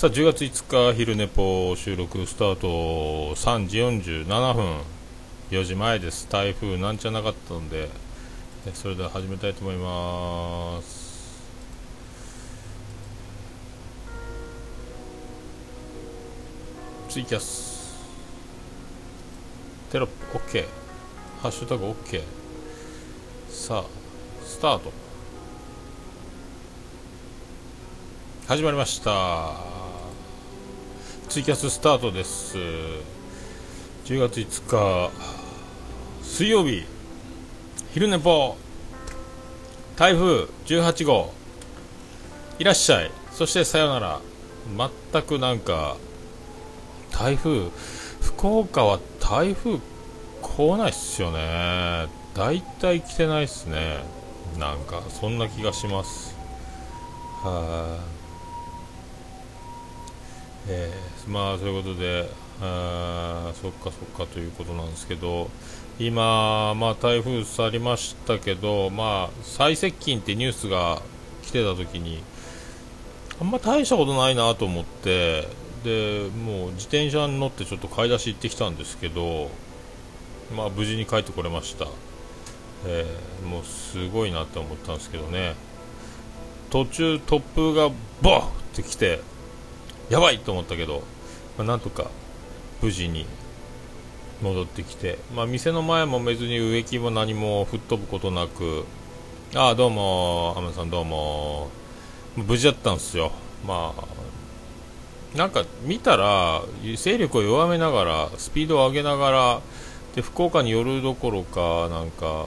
さあ10月5日昼寝ぽ収録スタート3時47分、4時前です。台風なんちゃなかったので、それでは始めたいと思います。ツイキャステロップ OK、 ハッシュタグ OK。 さあスタート始まりました。ツイキャススタートです。10月5日水曜日昼寝ぽ台風18号いらっしゃい、そしてさよなら。全くなんか台風、福岡は台風来ないっすよね。だいたい来てないっすね。なんかそんな気がします。はまあということで、そっかということなんですけど、今、まあ、台風去りましたけど、まあ、最接近ってニュースが来てた時にあんま大したことないなと思って、でもう自転車に乗ってちょっと買い出し行ってきたんですけど、まあ、無事に帰ってこれました。もうすごいなって思ったんですけどね。途中突風がボーってきてやばいと思ったけど、まあ、なんとか無事に戻ってきて、まあ、店の前も別に植木も何も吹っ飛ぶことなく、ああどうも浜田さんどうも、無事だったんですよ。まあなんか見たら勢力を弱めながらスピードを上げながらで、福岡に寄るどころかなんか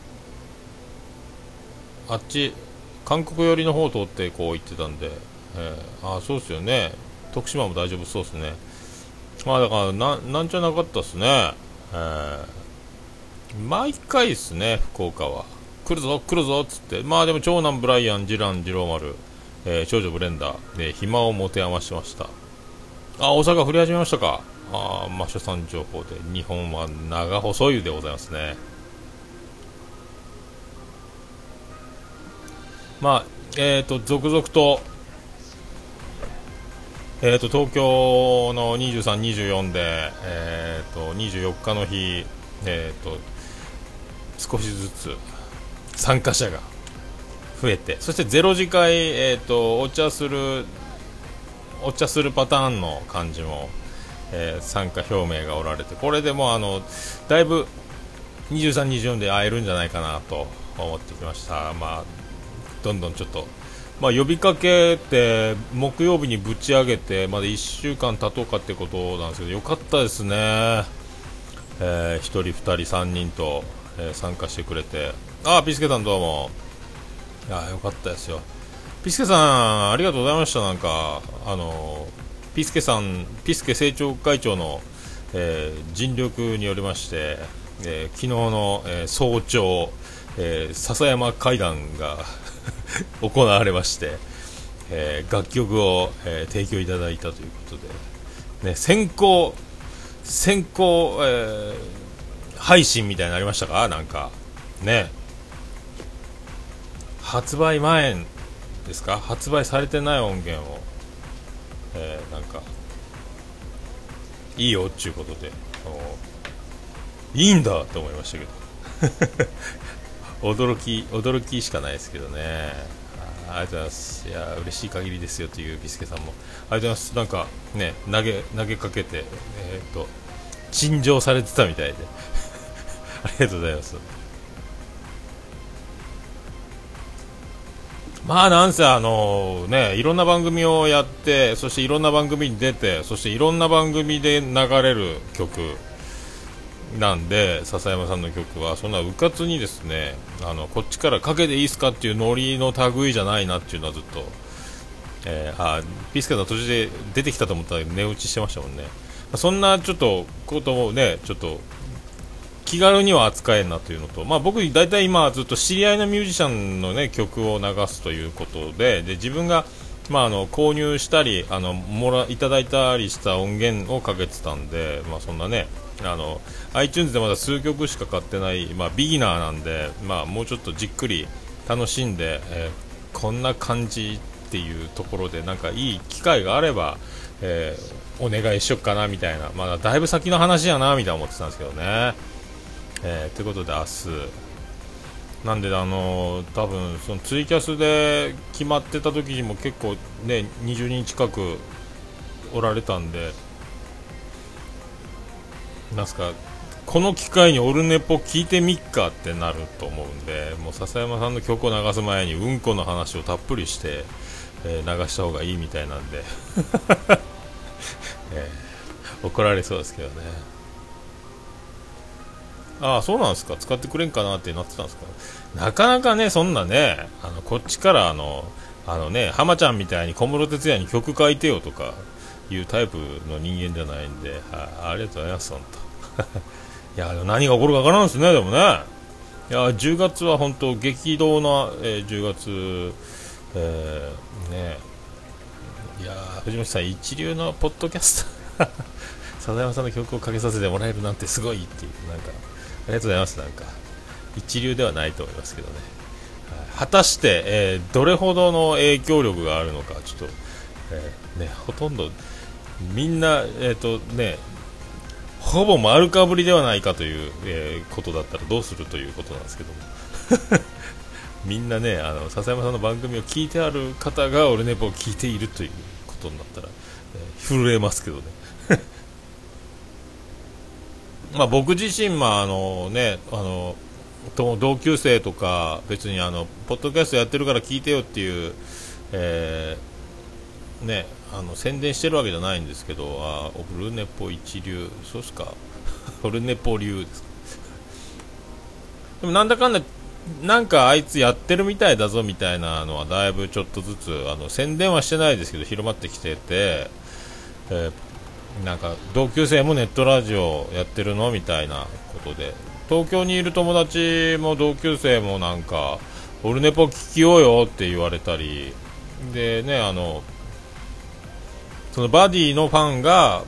あっち韓国寄りの方を通ってこう行ってたんで、ああそうですよね。徳島も大丈夫そうですね。まあだからなんちゃなかったですね。毎回ですね、福岡は来るぞっつって、まあでも長男ブライアン、次男次郎丸、長女ブレンダーで暇を持て余してました。あ、大阪降り始めましたか。あ、マシュさん情報で日本は長細いでございますね。まあ続々と東京の23、24で、24日の日、少しずつ参加者が増えて、そして0次会、お茶するパターンの感じも、参加表明がおられて、これでもだいぶ23、24で会えるんじゃないかなと思ってきました。まあどんどんちょっと、まあ、呼びかけて木曜日にぶち上げてまだ1週間経とうかってことなんですけど、よかったですね。1人2人3人と、参加してくれて、あ、ピスケさんどうも。いやよかったですよ。ピスケさんありがとうございました。なんかピスケ政調会長の、尽力によりまして、昨日の、早朝、笹山会談が行われまして、楽曲を、提供いただいたということで、ね、先行、配信みたいになりましたか。なんかね、発売前ですか、発売されてない音源を、なんかいいよっていうことで、いいんだと思いましたけど驚きしかないですけどね。ありがとうございます。いや嬉しい限りですよというビスケさんもありがとうございます。なんかね、投げかけて陳情されてたみたいでありがとうございます。まあなんせいろんな番組をやって、そしていろんな番組に出て、そしていろんな番組で流れる曲なんで、笹山さんの曲はそんなうかつにですね、こっちからかけていいっすかっていうノリの類じゃないなっていうのはずっと、ピスケの途中で出てきたと思ったら寝落ちしてましたもんね。そんなちょっとこともね、ちょっと気軽には扱えんなというのと、まあ、僕大体今ずっと知り合いのミュージシャンの、ね、曲を流すということで、自分が、まあ、購入したりいただいたりした音源をかけてたんで、まあ、そんなねiTunes でまだ数曲しか買ってない、まあ、ビギナーなんで、まあ、もうちょっとじっくり楽しんで、こんな感じっていうところで、なんかいい機会があれば、お願いしよっかなみたいな、まだだいぶ先の話やなみたいな思ってたんですけどね。ということで明日なんで、多分そのツイキャスで決まってた時にも結構ね20人近くおられたんで、なんすか、この機会にオルネポ聞いてみっかってなると思うんで、もう笹山さんの曲を流す前にうんこの話をたっぷりして、流した方がいいみたいなんで、怒られそうですけどね。ああ、そうなんですか、使ってくれんかなってなってたんですか。なかなかね、そんなね、こっちからね、浜ちゃんみたいに小室哲哉に曲書いてよとかいうタイプの人間じゃないんで、ありがとうございます、本当。いや、何が起こるかわからんですね、でもね。いや、10月は本当激動な、10月、ね、いや、藤本さん一流のポッドキャスター笹山さんの曲をかけさせてもらえるなんてすごいっていう、なんかありがとうございます。なんか一流ではないと思いますけどね、果たして、どれほどの影響力があるのか、ちょっと、ね、ほとんどみんな、ね、ほぼ丸かぶりではないかという、ことだったらどうするということなんですけどもみんなね、笹山さんの番組を聞いてある方がオルネポを聞いているということになったら、震えますけどねまあ僕自身、同級生とか別にポッドキャストやってるから聞いてよっていう、ね、宣伝してるわけじゃないんですけど、オルネポ一流、そうっすかオルネポ流です。でもなんだかんだなんかあいつやってるみたいだぞみたいなのはだいぶちょっとずつ宣伝はしてないですけど広まってきてて、なんか同級生もネットラジオやってるのみたいなことで、東京にいる友達も同級生もなんかオルネポ聞きようよって言われたりでね、そのバディのファンが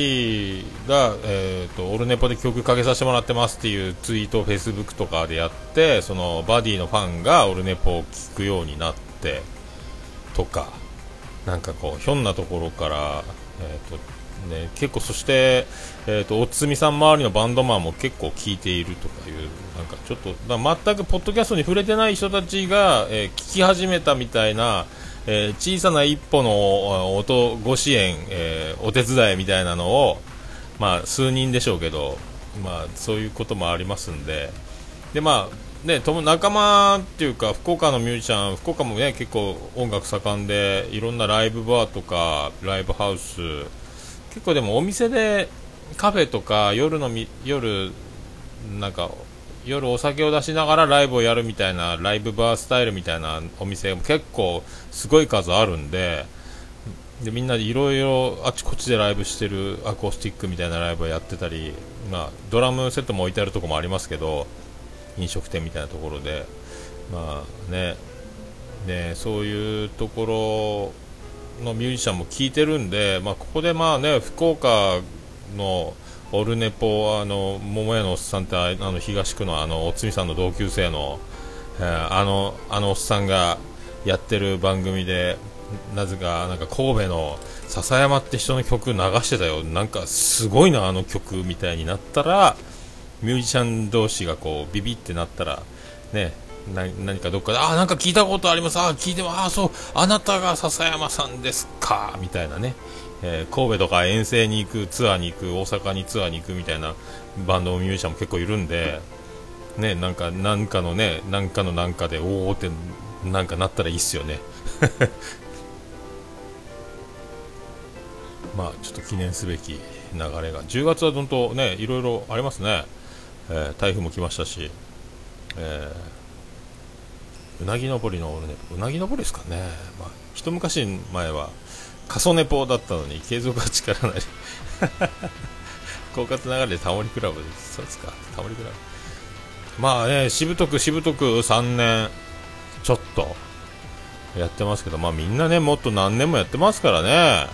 オルネポで曲かけさせてもらってますっていうツイートをフェイスブックとかでやって、そのバディのファンがオルネポを聞くようになってとか、なんかこうひょんなところから、ね、結構、そして、おつみさん周りのバンドマンも結構聞いているとかいう、なんかちょっと全くポッドキャストに触れてない人たちが、聞き始めたみたいな、小さな一歩の音ご支援、お手伝いみたいなのを、まあ、数人でしょうけど、まあ、そういうこともありますんで、で、まあね、仲間っていうか福岡のミュージシャン、福岡もね結構音楽盛んで、いろんなライブバーとかライブハウス、結構でもお店でカフェとか夜なんか夜お酒を出しながらライブをやるみたいなライブバースタイルみたいなお店も結構すごい数あるんで、みんなでいろいろあちこちでライブしてるアコースティックみたいなライブをやってたり、まあ、ドラムセットも置いてあるところもありますけど、飲食店みたいなところで、まあね、そういうところのミュージシャンも聞いてるんで、まあ、ここでまあね、福岡のオルネポ、桃屋のおっさんって東区のおつみさんの同級生の、おっさんがやってる番組で、なぜかなんか神戸の笹山って人の曲流してたよ、なんかすごいなあの曲みたいになったら、ミュージシャン同士がこうビビってなったらね、何かどっかでなんか聞いたことあります、聞いてもそう、あなたが笹山さんですかみたいなね、神戸とか遠征に行く、ツアーに行く、大阪にツアーに行くみたいなバンドのミュージシャンも結構いるんで、ね、なんかのね、なんかでおおってなんかなったらいいっすよねまあちょっと記念すべき流れが10月はどんとね、いろいろありますね。台風も来ましたし、うなぎ登りのね、うなぎ登りですかね、まあ、一昔前は過疎ネポだったのに継続は力なり狡猾流れでタモリクラブです。そうですか、タモリクラブ、まあね、しぶとく3年ちょっとやってますけど、まあみんなねもっと何年もやってますからね、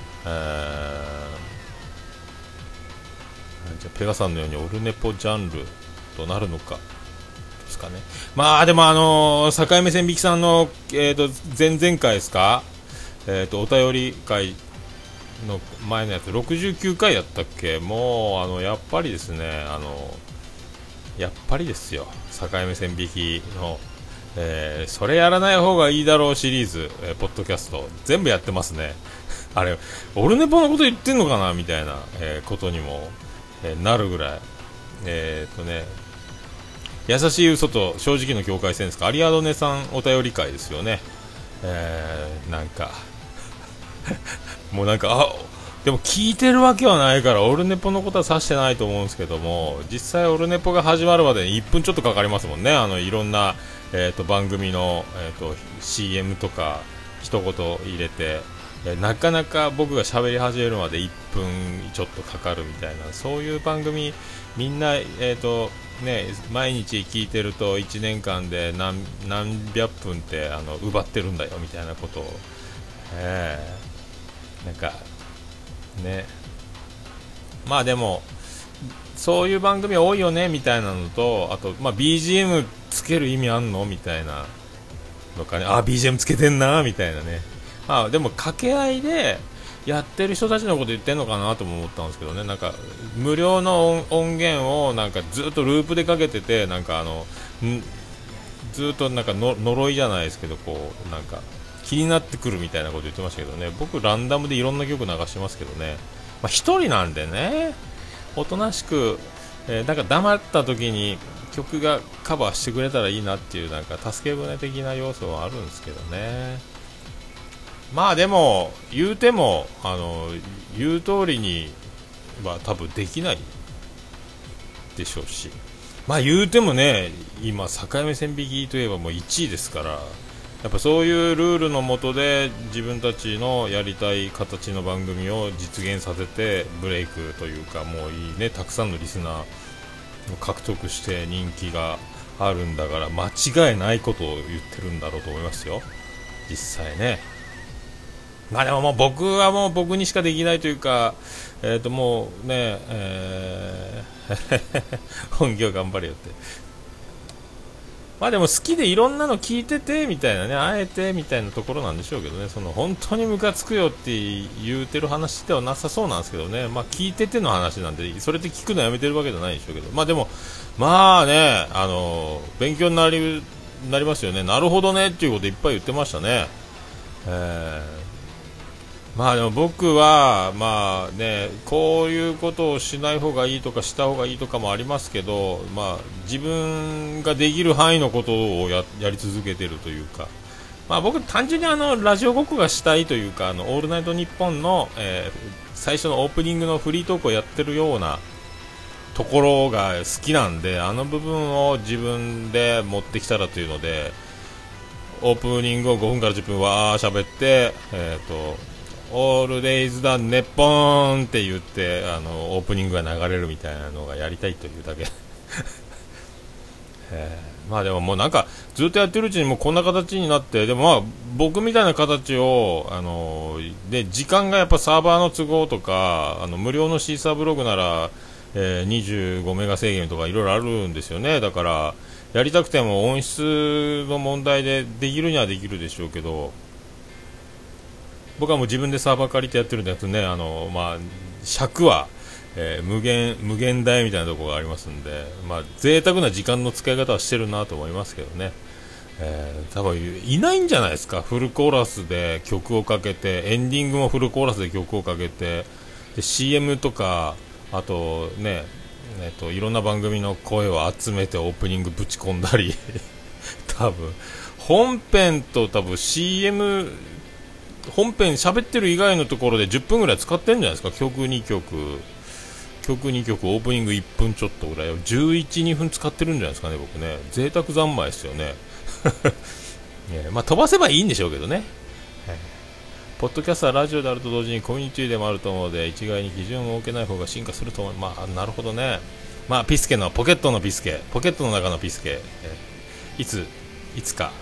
じゃあペガさんのようにオルネポジャンルとなるのかですかね。まあでも境目線引きさんの、前々回ですか、 お便り会の前のやつ69回やったっけ。もうやっぱりですね、やっぱりですよ、境目線引きの、それやらない方がいいだろうシリーズ、ポッドキャスト全部やってますね。あれオルネポのこと言ってんのかなみたいな、ことにも、なるぐらい、優しい嘘と正直の境界線ですか。アリアドネさんお便り会ですよね。なんかもうなんかでも聞いてるわけはないからオルネポのことは指してないと思うんですけども、実際オルネポが始まるまでに1分ちょっとかかりますもんね。いろんな、番組の、CM とか一言入れて、なかなか僕が喋り始めるまで1分ちょっとかかるみたいな、そういう番組みんな、毎日聞いてると1年間で何百分って奪ってるんだよみたいなことを、なんかね、まあでもそういう番組多いよねみたいなのと、あと、BGM つける意味あんのみたいなのかね。BGM つけてんなみたいなね。でも掛け合いでやってる人たちのこと言ってんのかなとも思ったんですけどね。なんか無料の音源をなんかずっとループでかけてて、なんかずっとなんか呪いじゃないですけど、こうなんか気になってくるみたいなこと言ってましたけどね。僕ランダムでいろんな曲流してますけどね。一人なんでね、おとなしく、なんか黙った時に曲がカバーしてくれたらいいなっていう、なんか助け舟的な要素はあるんですけどね。でも言うても言う通りには多分できないでしょうし、言うてもね、今境目線引きといえばもう1位ですから、やっぱそういうルールの下で自分たちのやりたい形の番組を実現させてブレイクというか、もういいね、たくさんのリスナーを獲得して人気があるんだから、間違いないことを言ってるんだろうと思いますよ、実際ね。でももう僕はもう僕にしかできないというか、もうね、本業頑張れよって。でも好きでいろんなの聞いててみたいなね、あえてみたいなところなんでしょうけどね。その本当にムカつくよって言うてる話ではなさそうなんですけどね。聞いてての話なんで、それで聞くのやめてるわけじゃないでしょうけど、でもね、勉強になりますよね。なるほどねっていうこといっぱい言ってましたね。でも僕はこういうことをしない方がいいとかした方がいいとかもありますけど、自分ができる範囲のことをやり続けているというか、僕単純にラジオごっこがしたいというか、オールナイトニッポンの、最初のオープニングのフリートークをやってるようなところが好きなんで、部分を自分で持ってきたらというので、オープニングを5分から10分わー喋って、オールデイズだネッポンって言ってオープニングが流れるみたいなのがやりたいというだけでももうなんかずっとやってるうちにもうこんな形になって、でも僕みたいな形をで時間がやっぱサーバーの都合とか無料のシーサーブログなら、25メガ制限とかいろいろあるんですよね。だからやりたくても音質の問題でできるにはできるでしょうけど、僕はもう自分でサーバー借りてやってるんでね、尺は、無限大みたいなところがありますんで、贅沢な時間の使い方はしてるなと思いますけどね。多分いないんじゃないですか、フルコーラスで曲をかけて、エンディングもフルコーラスで曲をかけて、で CM とか、あとね、いろんな番組の声を集めてオープニングぶち込んだり多分本編とCM、本編喋ってる以外のところで10分ぐらい使ってるんじゃないですか。曲2曲オープニング1分ちょっとぐらいを11、2分使ってるんじゃないですかね。僕ね、贅沢三昧ですよね飛ばせばいいんでしょうけどね。ポッドキャストはラジオであると同時にコミュニティでもあると思うので、一概に基準を設けない方が進化すると思う。なるほどね。ピスケのポケットのピスケ、ポケットの中のピスケ、いつか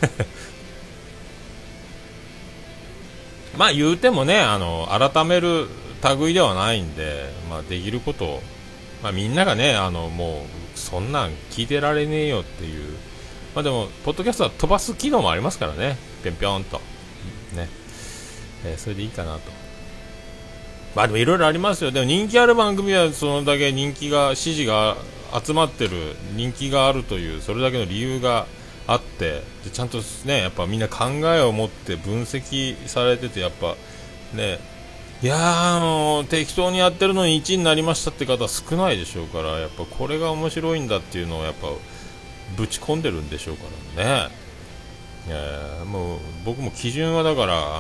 言うてもね、改める類ではないんで、できることを、みんながね、もうそんなん聞いてられねえよっていう、でもポッドキャストは飛ばす機能もありますからね、ぴょんぴょんとね。 それでいいかなと。まあでもいろいろありますよ。でも人気ある番組はそのだけ支持が集まってる、人気があるというそれだけの理由があって、でちゃんとね、やっぱみんな考えを持って分析されてて、やっぱね、いやー適当にやってるのに1位になりましたって方は少ないでしょうから、やっぱこれが面白いんだっていうのをやっぱぶち込んでるんでしょうからね。もう僕も基準はだから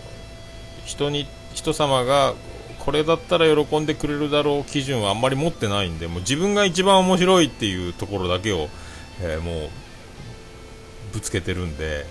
人様がこれだったら喜んでくれるだろう基準はあんまり持ってないんで、もう自分が一番面白いっていうところだけを、もうぶつけてるんで、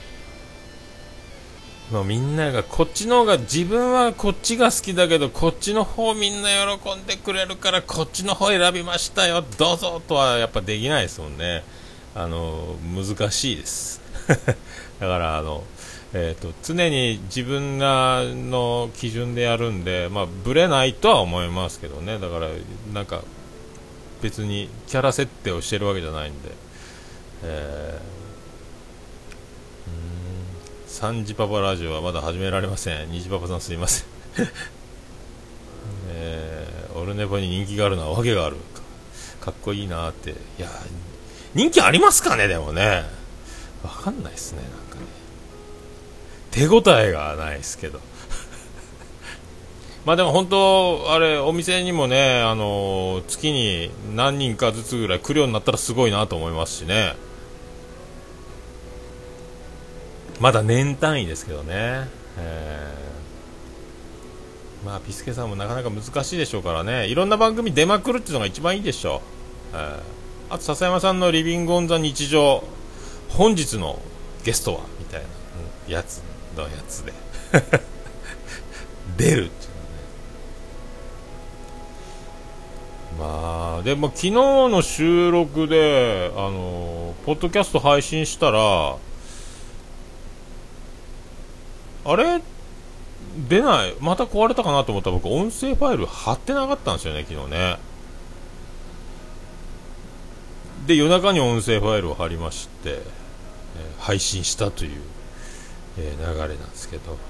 もうみんながこっちの方が、自分はこっちが好きだけどこっちの方みんな喜んでくれるからこっちの方選びましたよどうぞとはやっぱできないですもんね。難しいですだから常に自分らの基準でやるんで、まあブレないとは思いますけどね。だからなんか別にキャラ設定をしてるわけじゃないんで、3時パパラジオはまだ始められません。2時パパさんすいませんオルネポに人気があるのは訳があるかっこいいなって。いや人気ありますかね。でもねわかんないですね。なんかね手応えがないですけどまあでも本当あれお店にもね、月に何人かずつぐらい来るようになったらすごいなと思いますしね。まだ年単位ですけどね。まあピスケさんもなかなか難しいでしょうからね。いろんな番組出まくるっていうのが一番いいでしょう。あと笹山さんのリビングオンザ日常、本日のゲストはみたいなやつで出るっていうね。まあでも昨日の収録でポッドキャスト配信したらあれ出ない、また壊れたかなと思ったら僕音声ファイル貼ってなかったんですよね昨日ね。で夜中に音声ファイルを貼りまして、配信したという、流れなんですけど、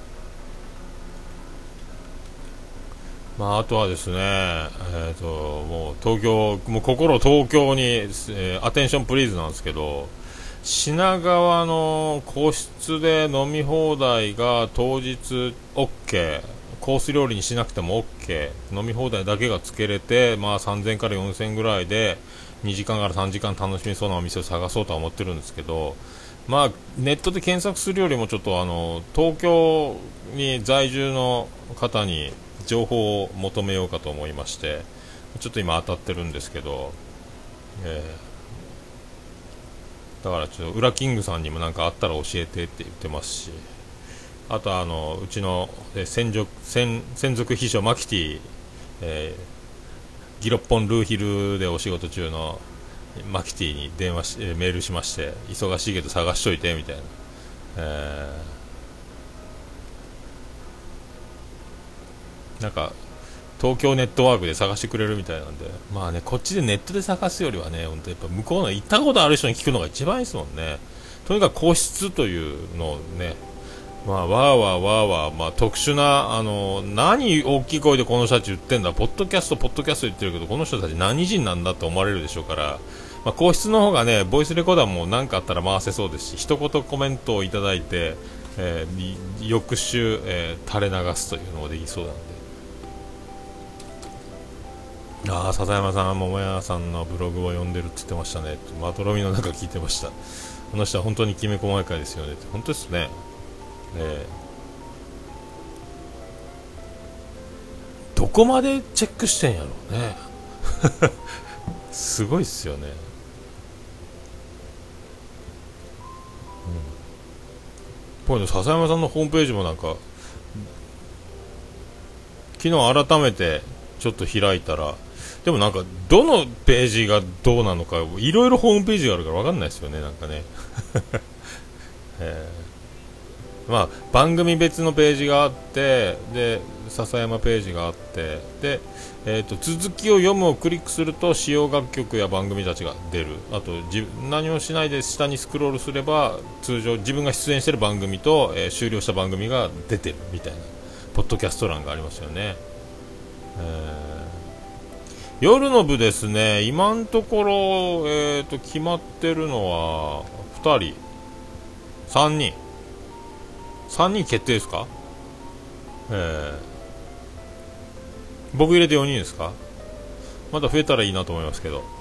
まああとはですね、もう東京、もう心東京に、アテンションプリーズなんですけど、品川の個室で飲み放題が当日 OK、 コース料理にしなくても OK、 飲み放題だけがつけれて、まあ3000から4000ぐらいで2時間から3時間楽しみそうなお店を探そうとは思ってるんですけど、まあネットで検索するよりもちょっと東京に在住の方に情報を求めようかと思いまして、ちょっと今当たってるんですけど、だからちょっとウラキングさんにもなんかあったら教えてって言ってますし、あとうちの専属秘書マキティ、ギロッポンルーヒルでお仕事中のマキティにメールしまして、忙しいけど探しといてみたいな、なんか東京ネットワークで探してくれるみたいなんで、まあねこっちでネットで探すよりはね、本当やっぱ向こうの行ったことある人に聞くのが一番いいですもんね。とにかく個室というのをね、まあわーわーわーわー、まあ特殊な何大きい声でこの人たち言ってんだ、ポッドキャスト言ってるけどこの人たち何人なんだと思われるでしょうから、まあ、個室の方がねボイスレコーダーも何かあったら回せそうですし、一言コメントをいただいて、翌週、垂れ流すというのもできそうなんで。笹山さん、桃屋さんのブログを読んでるって言ってましたね。まとろみの中聞いてました。この人は本当にきめ細やかいですよねって。本当ですね。どこまでチェックしてんやろうねすごいっすよね。これ笹山さんのホームページもなんか昨日改めてちょっと開いたら、でもなんかどのページがどうなのかいろいろホームページがあるから分かんないですよね、なんかねまあ、番組別のページがあって、で笹山ページがあって、で、続きを読むをクリックすると使用楽曲や番組たちが出る。あと何もしないで下にスクロールすれば通常自分が出演している番組と、終了した番組が出てるみたいなポッドキャスト欄がありますよね。夜の部ですね、今のところ、決まってるのは2人3人決定ですか。僕入れて4人ですか。まだ増えたらいいなと思いますけど、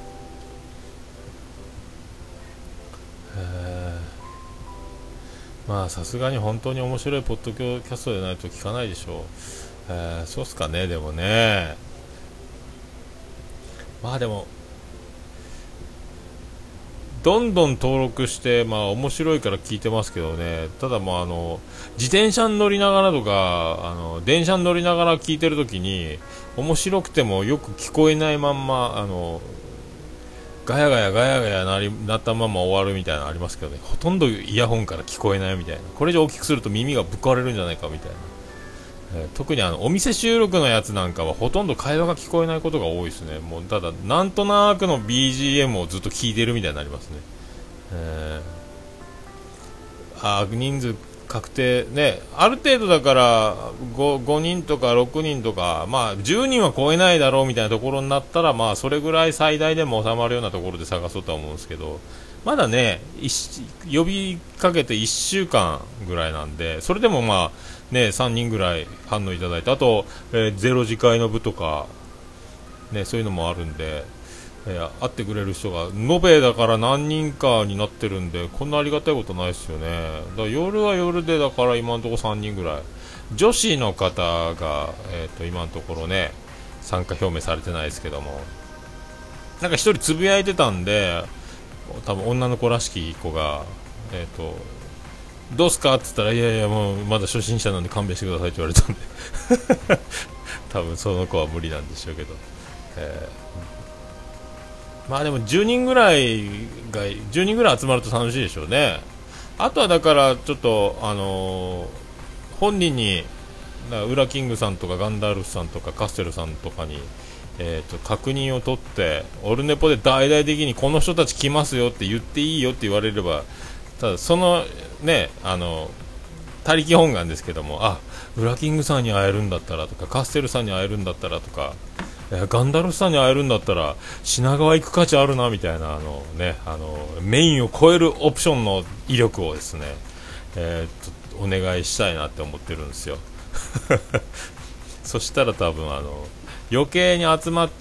まあさすがに本当に面白いポッドキャストでないと聞かないでしょう。そうっすかね。でもね、まあでもどんどん登録して、まあ面白いから聞いてますけどね。ただもう自転車に乗りながらとか電車に乗りながら聞いてるときに面白くてもよく聞こえないまんまガヤガヤガヤガヤなったまま終わるみたいなのありますけどね。ほとんどイヤホンから聞こえないみたいな。これ以上大きくすると耳がぶっ壊れるんじゃないかみたいな。特にお店収録のやつなんかはほとんど会話が聞こえないことが多いですね。もうただなんとなくの BGM をずっと聞いてるみたいになりますね。人数確定ね、ある程度だから 5人とか6人とか、まあ、10人は超えないだろうみたいなところになったら、まあ、それぐらい最大でも収まるようなところで探そうとは思うんですけど、まだね呼びかけて1週間ぐらいなんで、それでもまあね3人ぐらい反応いただいて、あと、ゼロ次会の部とか、ね、そういうのもあるんで、会ってくれる人が延べだから何人かになってるんで、こんなありがたいことないですよね。だから夜は夜で、だから今のところ3人ぐらい女子の方が、今のところね参加表明されてないですけども、なんか一人つぶやいてたんで、多分女の子らしき子が、どうすかって言ったら、いやいやもうまだ初心者なんで勘弁してくださいって言われたんで多分その子は無理なんでしょうけど、まあでも10人ぐらい集まると楽しいでしょうね。あとはだからちょっと本人にウラキングさんとかガンダルフさんとかカステルさんとかに、確認を取って、オルネポで大々的にこの人たち来ますよって言っていいよって言われれば、ただそのね他力本願ですけども、ウラキングさんに会えるんだったらとか、カステルさんに会えるんだったらとか、ガンダルフさんに会えるんだったら品川行く価値あるなみたいな、メインを超えるオプションの威力をですね、お願いしたいなって思ってるんですよそしたら多分余計に集まって、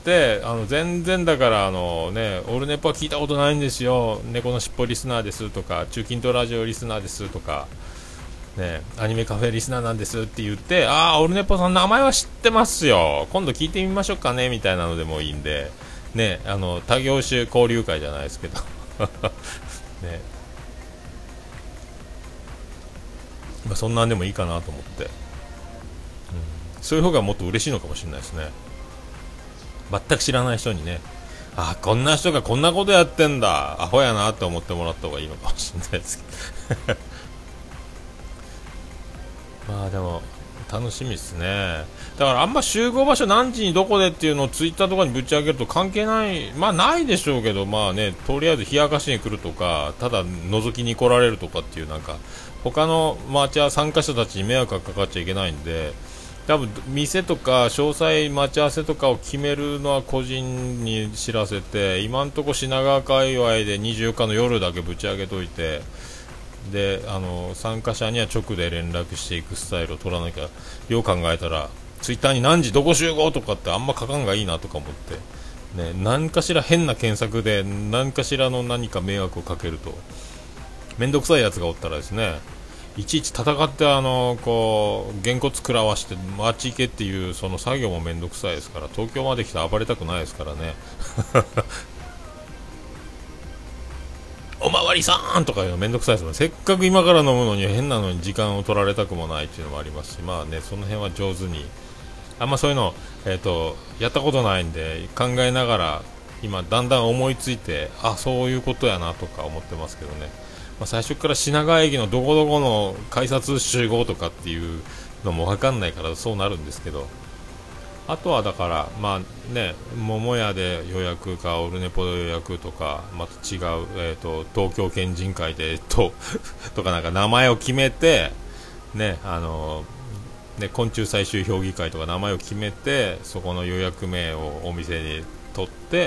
全然だからオルネポは聞いたことないんですよ、猫のしっぽリスナーですとか、中近東ラジオリスナーですとか、アニメカフェリスナーなんですって言って、オルネポさん名前は知ってますよ、今度聞いてみましょうかねみたいなのでもいいんで、他業種交流会じゃないですけどね、まあ、そんなんでもいいかなと思って、そういう方がもっと嬉しいのかもしれないですね。全く知らない人にね、こんな人がこんなことやってんだ、アホやなって思ってもらった方がいいのかもしれないですけどまあでも楽しみですね。だからあんま集合場所何時にどこでっていうのをツイッターとかにぶち上げると関係ない、まあないでしょうけど、まあね、とりあえず冷やかしに来るとか、ただ覗きに来られるとかっていう、なんか他の待ち参加者たちに迷惑がかかっちゃいけないんで、多分店とか詳細待ち合わせとかを決めるのは個人に知らせて、今んとこ品川界隈で24日の夜だけぶち上げといて、で参加者には直で連絡していくスタイルを取らなきゃ。よう考えたらツイッターに何時どこ集合とかってあんま書かんがいいなとか思って、何かしら変な検索で何かしらの何か迷惑をかけるとめんどくさいやつがおったらですね、いちいち戦ってこうげんこつ食らわしてあっち行けっていうその作業もめんどくさいですから、東京まで来て暴れたくないですからねおまわりさんとかいうのめんどくさいですもん。せっかく今から飲むのに変なのに時間を取られたくもないっていうのもありますし、まあね、その辺は上手に、あんまそういうの、やったことないんで考えながら今だんだん思いついて、そういうことやなとか思ってますけどね。 まあ、最初から品川駅のどこどこの改札集合とかっていうのも分かんないからそうなるんですけど、あとはだからまあね、桃屋で予約かオルネポで予約とか、また違う、東京県人会でとかなんか名前を決めてね、ね、昆虫最終評議会とか名前を決めて、そこの予約名をお店に取って、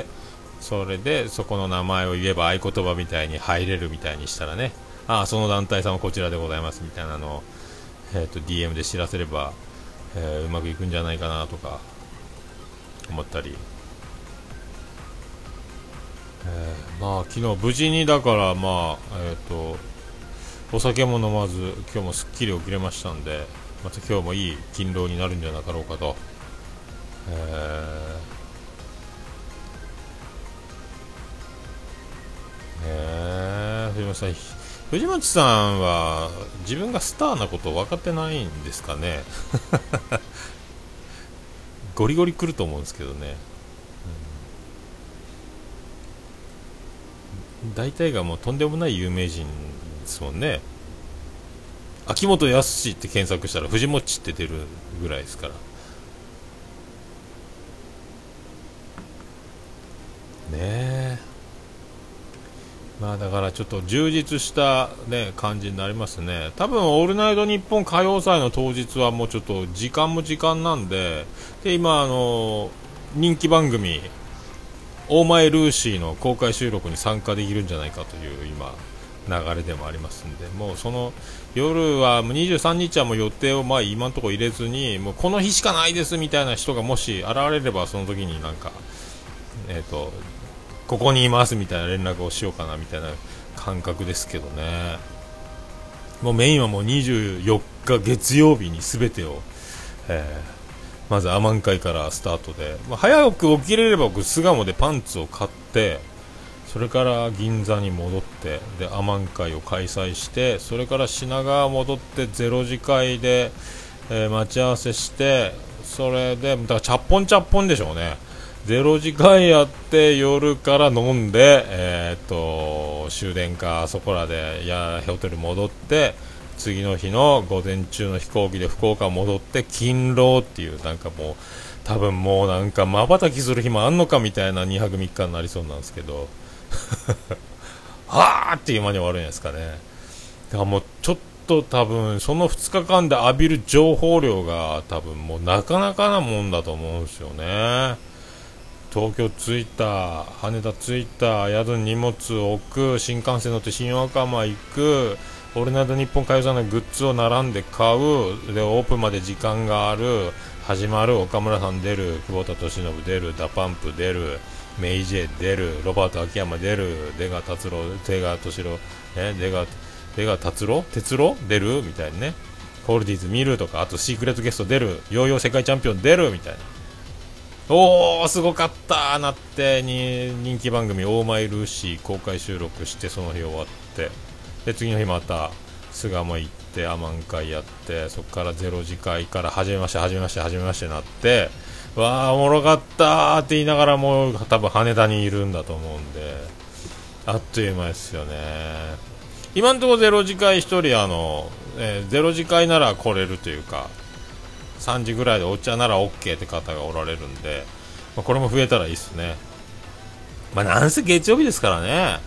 それでそこの名前を言えば合言葉みたいに入れるみたいにしたらね、ああその団体さんはこちらでございますみたいなのを、DM で知らせれば、うまくいくんじゃないかなとか思ったり、まあ昨日無事にだからまあお酒も飲まず今日もすっきり起きれましたんで、また今日もいい勤労になるんじゃなかろうかと、藤本さん、藤本さんは自分がスターなこと分かってないんですかねゴリゴリ来ると思うんですけどね、大体がもうとんでもない有名人ですもんね。秋元康って検索したら藤もっちって出るぐらいですからねえ。まあだからちょっと充実した、ね、感じになりますね。多分オールナイトニッポン歌謡祭の当日はもうちょっと時間も時間なんで、今人気番組オーマイルーシーの公開収録に参加できるんじゃないかという今流れでもありますんで、もうその夜は23日はもう予定をまあ今のところ入れずに、もうこの日しかないですみたいな人がもし現れれば、その時になんかここにいますみたいな連絡をしようかなみたいな感覚ですけどね。もうメインはもう24日月曜日に全てを、まずアマン会からスタートで、まあ、早く起きれれば僕巣鴨でパンツを買って、それから銀座に戻って、でアマン会を開催して、それから品川戻ってゼロ次会で、待ち合わせして、それでだからチャッポンチャッポンでしょうね。ゼロ時間やって夜から飲んで、終電かそこらでホテル戻って、次の日の午前中の飛行機で福岡戻って勤労っていう、なんかもう多分もうなんか瞬きする日もあんのかみたいな2泊3日になりそうなんですけどはーっていう間に終わるんですかね。だからもうちょっと多分その2日間で浴びる情報量が多分もうなかなかなもんだと思うんですよね。東京着いた、羽田着いた、宿に荷物を置く、新幹線乗って新若浜行く、オールナイトニッポン歌謡祭のグッズを並んで買う、でオープンまで時間がある、始まる、岡村さん出る、久保田利伸出る、ダパンプ出る、メイジェイ出る、ロバート秋山出る、出川達郎、出川敏郎、出川達郎哲郎出るみたいにね、コールディーズ見るとか、あとシークレットゲスト出る、ヨーヨー世界チャンピオン出るみたいな。おーすごかったなってに人気番組オーマイルーシー公開収録して、その日終わって、で次の日また巣鴨行ってアマン会やって、そこからゼロ次会から始めましてなって、わーおもろかったーって言いながらもう多分羽田にいるんだと思うんで、あっという間ですよね。今のところゼロ次会1人ゼロ次会なら来れるというか、3時ぐらいでお茶なら OK って方がおられるんで、まあ、これも増えたらいいですね。まあなんせ月曜日ですからね、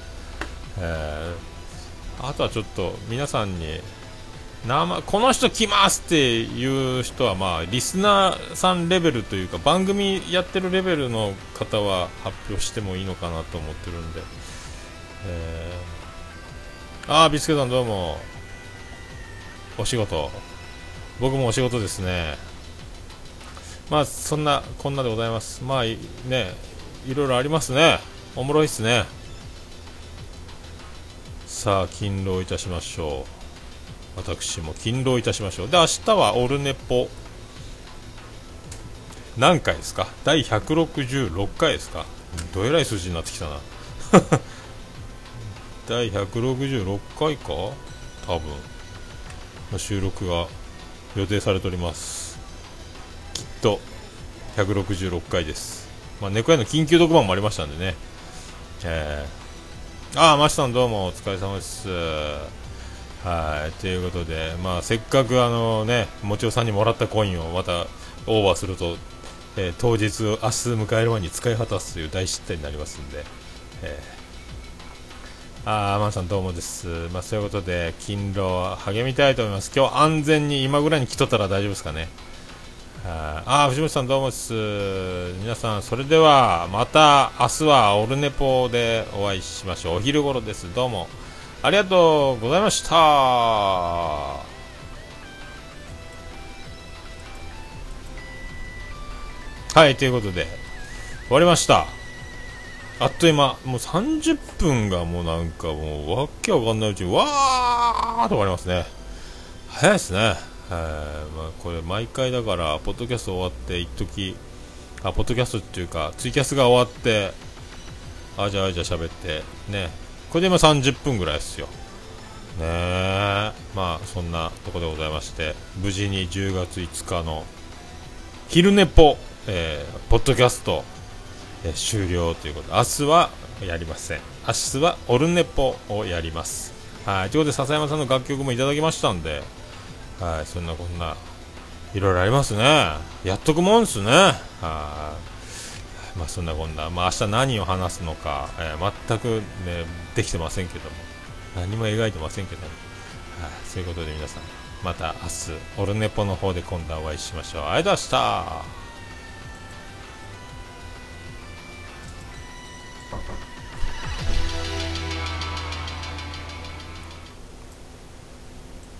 あとはちょっと皆さんにこの人来ますっていう人は、まあリスナーさんレベルというか番組やってるレベルの方は発表してもいいのかなと思ってるんで、ビスケさんどうもお仕事、僕もお仕事ですね。まあそんなこんなでございます。まあね、いろいろありますね。おもろいっすね。さあ勤労いたしましょう。私も勤労いたしましょう。で明日はオルネポ何回ですか。第166回ですか。どえらい数字になってきたな第166回か多分収録が予定されております。きっと166回です。まあ、猫屋の緊急特番もありましたんでね、 マシさんどうもお疲れ様です。はい、ということで、せっかくもちおさんにもらったコインをまたオーバーすると、当日、明日迎える前に使い果たすという大失態になりますんで、マンさんどうもです。そういうことで、勤労励みたいと思います。今日安全に今ぐらいに来とったら大丈夫ですかね。藤本さんどうもです。皆さん、それでは、また明日はオルネポでお会いしましょう。お昼頃です。どうも。ありがとうございました。はい、ということで、終わりました。あっという間、もう30分がもうなんかもうわけわかんないうちにわーっと終わりますね。早いですね。これ毎回だから、ポッドキャスト終わって一時ポッドキャストっていうか、ツイキャスが終わって、じゃあ喋って、ね。これで今30分ぐらいですよ。ねえ。そんなとこでございまして、無事に10月5日の昼寝ポ、ポッドキャスト、終了ということで、明日はやりません。明日はオルネポをやります。はい。ということで、笹山さんの楽曲もいただきましたんで、はい。そんなこんな、いろいろありますね。やっとくもんですね。はい。そんなこんな、明日何を話すのか、全くね、できてませんけども、何も描いてませんけども、はい。そういうことで皆さん、また明日、オルネポの方で今度はお会いしましょう。ありがとうございました。